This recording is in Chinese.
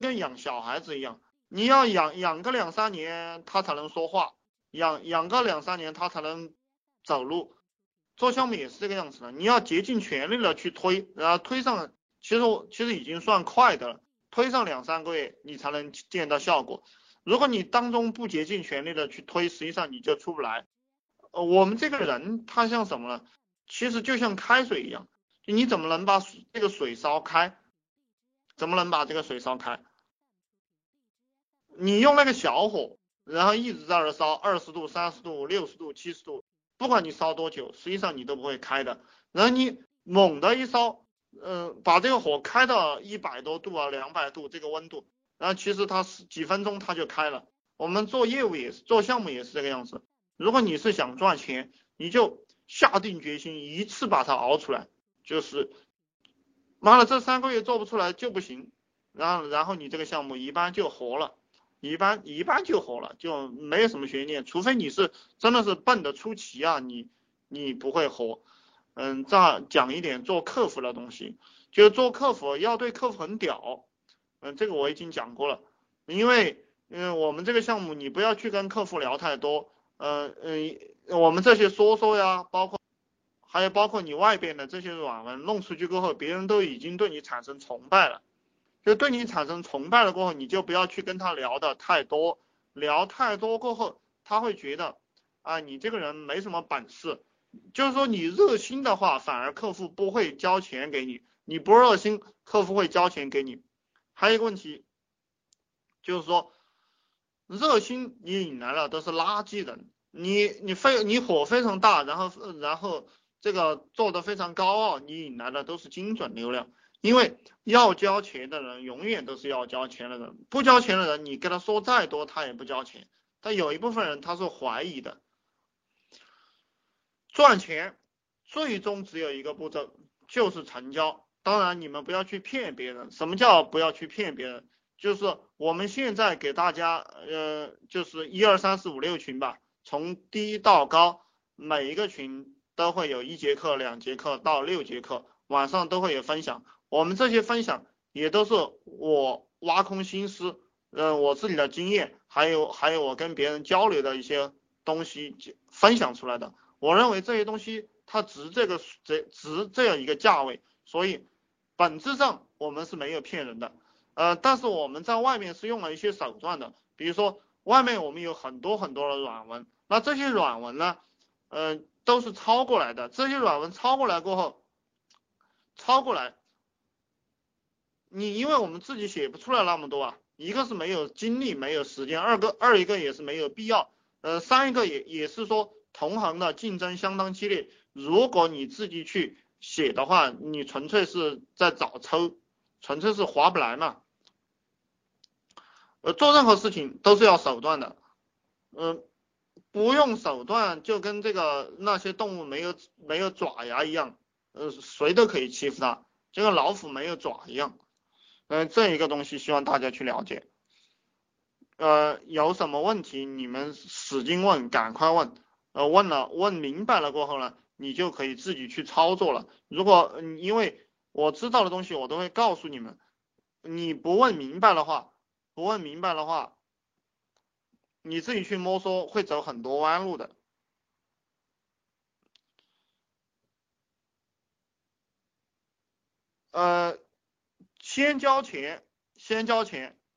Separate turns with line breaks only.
跟养小孩子一样，你要养个2、3年，他才能说话，养个2、3年，他才能走路。做项目也是这个样子的，你要竭尽全力的去推，然后推上，其实已经算快的了，推上2、3个月你才能见到效果。如果你当中不竭尽全力的去推，实际上你就出不来。我们这个人他像什么呢？其实就像开水一样，你怎么能把这个水烧开？怎么能把这个水烧开？你用那个小火，然后一直在那烧20度、30度、60度、70度，不管你烧多久，实际上你都不会开的。然后你猛的一烧，把这个火开到100多度啊、200度这个温度，然后其实它是几分钟它就开了。我们做业务也是，做项目也是这个样子。如果你是想赚钱，你就下定决心一次把它熬出来，就是妈的这3个月做不出来就不行，然后你这个项目一般就活了。一般就火了，就没有什么悬念，除非你是真的是笨的出奇啊，你不会火。再讲一点做客服的东西，就是做客服要对客服很屌。这个我已经讲过了，因为我们这个项目你不要去跟客服聊太多。我们这些说说呀，包括你外边的这些软文弄出去过后，别人都已经对你产生崇拜了。就对你产生崇拜了过后，你就不要去跟他聊的太多，聊太多过后，他会觉得啊，你这个人没什么本事。就是说你热心的话，反而客户不会交钱给你；你不热心，客户会交钱给你。还有一个问题就是说，热心你引来了都是垃圾人，你火非常大，然后这个做的非常高傲，你引来的都是精准流量。因为要交钱的人永远都是要交钱的人，不交钱的人你跟他说再多他也不交钱。但有一部分人他是怀疑的。赚钱最终只有一个步骤，就是成交。当然你们不要去骗别人。什么叫不要去骗别人？就是我们现在给大家就是1、2、3、4、5、6群吧，从低到高，每一个群都会有1节课、2节课到6节课，晚上都会有分享。我们这些分享也都是我挖空心思，我自己的经验，还有我跟别人交流的一些东西分享出来的。我认为这些东西它值这样一个价位，所以本质上我们是没有骗人的。但是我们在外面是用了一些手段的，比如说外面我们有很多很多的软文，那这些软文呢，都是抄过来的。这些软文抄过来过后，抄过来，因为我们自己写不出来那么多啊，一个是没有精力没有时间，二一个也是没有必要，三一个也是说同行的竞争相当激烈，如果你自己去写的话，你纯粹是在找抽，纯粹是划不来嘛。做任何事情都是要手段的。不用手段就跟那些动物没有爪牙一样，谁都可以欺负它，就跟老虎没有爪一样。这一个东西希望大家去了解。有什么问题你们使劲问，赶快问。问明白了过后呢，你就可以自己去操作了。如果因为我知道的东西我都会告诉你们，你不问明白的话，你自己去摸索会走很多弯路的。呃，先交钱，先交钱。